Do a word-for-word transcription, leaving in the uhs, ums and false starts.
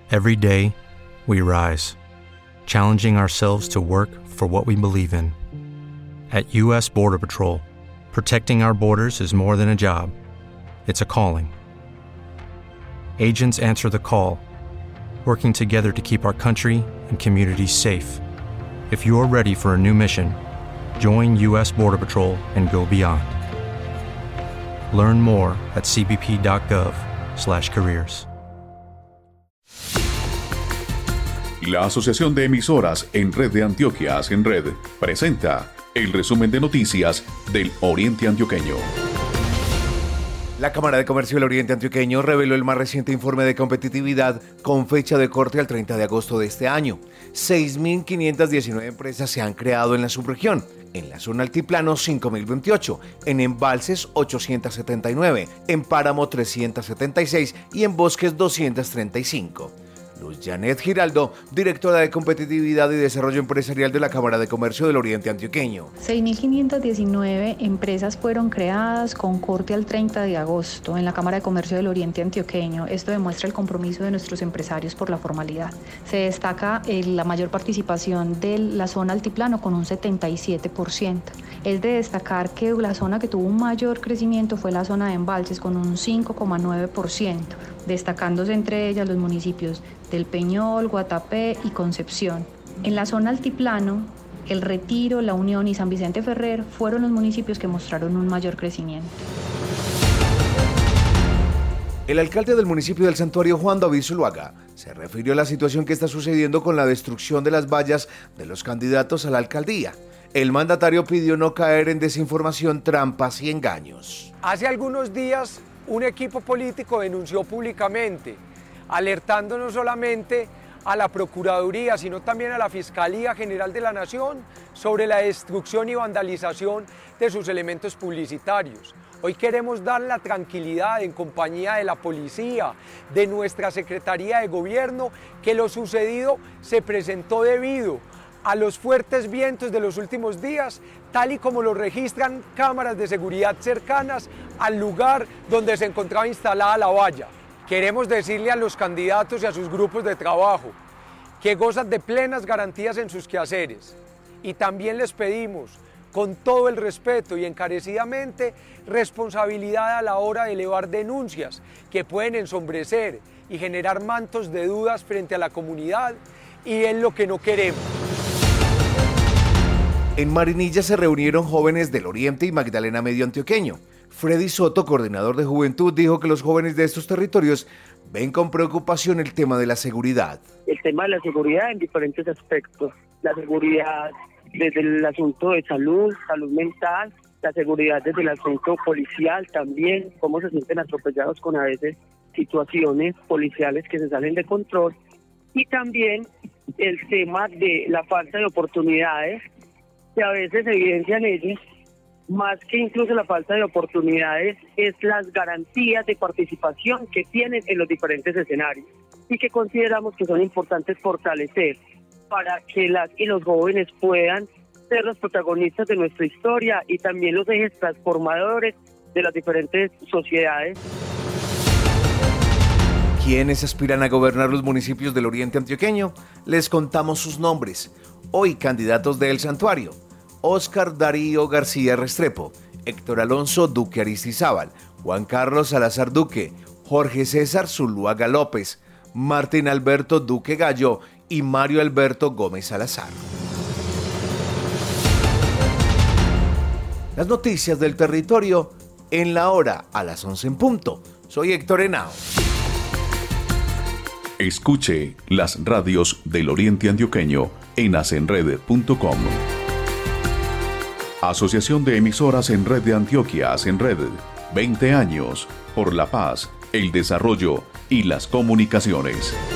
Every day, we rise, challenging ourselves to work for what we believe in. At U S Border Patrol, protecting our borders is more than a job. It's a calling. Agents answer the call, working together to keep our country and communities safe. If you're ready for a new mission, join U S Border Patrol and go beyond. Learn more at c b p dot gov slash careers. La Asociación de Emisoras en Red de Antioquia, ASENRED, presenta el resumen de noticias del Oriente Antioqueño. La Cámara de Comercio del Oriente Antioqueño reveló el más reciente informe de competitividad con fecha de corte al treinta de agosto de este año. seis mil quinientas diecinueve empresas se han creado en la subregión. En la zona altiplano, cinco mil veintiocho, en embalses, ochocientos setenta y nueve, en páramo, trescientos setenta y seis y en bosques, doscientos treinta y cinco. Luz Janet Giraldo, directora de Competitividad y Desarrollo Empresarial de la Cámara de Comercio del Oriente Antioqueño. seis mil quinientas diecinueve empresas fueron creadas con corte al treinta de agosto en la Cámara de Comercio del Oriente Antioqueño. Esto demuestra el compromiso de nuestros empresarios por la formalidad. Se destaca eh, la mayor participación de la zona altiplano con un setenta y siete por ciento. Es de destacar que la zona que tuvo un mayor crecimiento fue la zona de embalses con un cinco coma nueve por ciento, destacándose entre ellas los municipios del Peñol, Guatapé y Concepción. En la zona altiplano, El Retiro, La Unión y San Vicente Ferrer fueron los municipios que mostraron un mayor crecimiento. El alcalde del municipio del Santuario, Juan David Zuluaga, se refirió a la situación que está sucediendo con la destrucción de las vallas de los candidatos a la alcaldía. El mandatario pidió no caer en desinformación, trampas y engaños. Hace algunos días, un equipo político denunció públicamente, alertando no solamente a la Procuraduría, sino también a la Fiscalía General de la Nación sobre la destrucción y vandalización de sus elementos publicitarios. Hoy queremos dar la tranquilidad en compañía de la policía, de nuestra Secretaría de Gobierno, que lo sucedido se presentó debido a los fuertes vientos de los últimos días, tal y como lo registran cámaras de seguridad cercanas al lugar donde se encontraba instalada la valla. Queremos decirle a los candidatos y a sus grupos de trabajo que gozan de plenas garantías en sus quehaceres. Y también les pedimos, con todo el respeto y encarecidamente, responsabilidad a la hora de elevar denuncias que pueden ensombrecer y generar mantos de dudas frente a la comunidad, y es lo que no queremos. En Marinilla se reunieron jóvenes del Oriente y Magdalena Medio Antioqueño. Freddy Soto, coordinador de Juventud, dijo que los jóvenes de estos territorios ven con preocupación el tema de la seguridad. El tema de la seguridad en diferentes aspectos. La seguridad desde el asunto de salud, salud mental, la seguridad desde el asunto policial también, cómo se sienten atropellados con a veces situaciones policiales que se salen de control. Y también el tema de la falta de oportunidades que a veces evidencian ellos. Más que incluso la falta de oportunidades, es las garantías de participación que tienen en los diferentes escenarios y que consideramos que son importantes fortalecer para que las y los jóvenes puedan ser los protagonistas de nuestra historia y también los ejes transformadores de las diferentes sociedades. ¿Quiénes aspiran a gobernar los municipios del Oriente Antioqueño? Les contamos sus nombres. Hoy, candidatos de El Santuario: Óscar Darío García Restrepo, Héctor Alonso Duque Aristizábal, Juan Carlos Salazar Duque, Jorge César Zuluaga López, Martín Alberto Duque Gallo y Mario Alberto Gómez Salazar. Las noticias del territorio en la hora a las once en punto. Soy Héctor Henao. Escuche las radios del Oriente Antioqueño en asenred punto com. Asociación de Emisoras en Red de Antioquia, ASENRED. veinte años por la paz, el desarrollo y las comunicaciones.